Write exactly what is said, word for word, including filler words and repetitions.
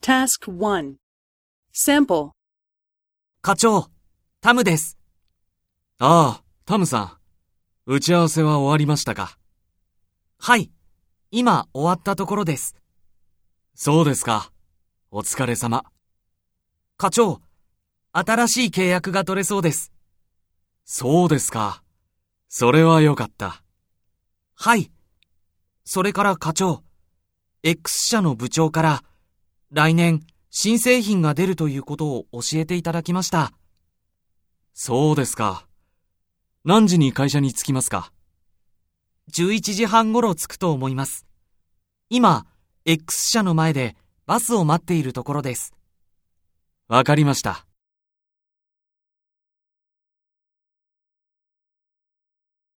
Task one. Sample. 課長、タムです。 ああ、タムさん。打ち合わせは終わりましたか？ はい、今終わったところです。 そうですか。お疲れ様。 課長、新しい契約が取れそうです。 そうですか。それはよかった。 はい。それから課長、X 社の部長から来年新製品が出るということを教えていただきました。 そうですか。何時に会社に着きますか？ じゅういちじはん頃着くと思います。今、X 社の前でバスを待っているところです。 わかりました。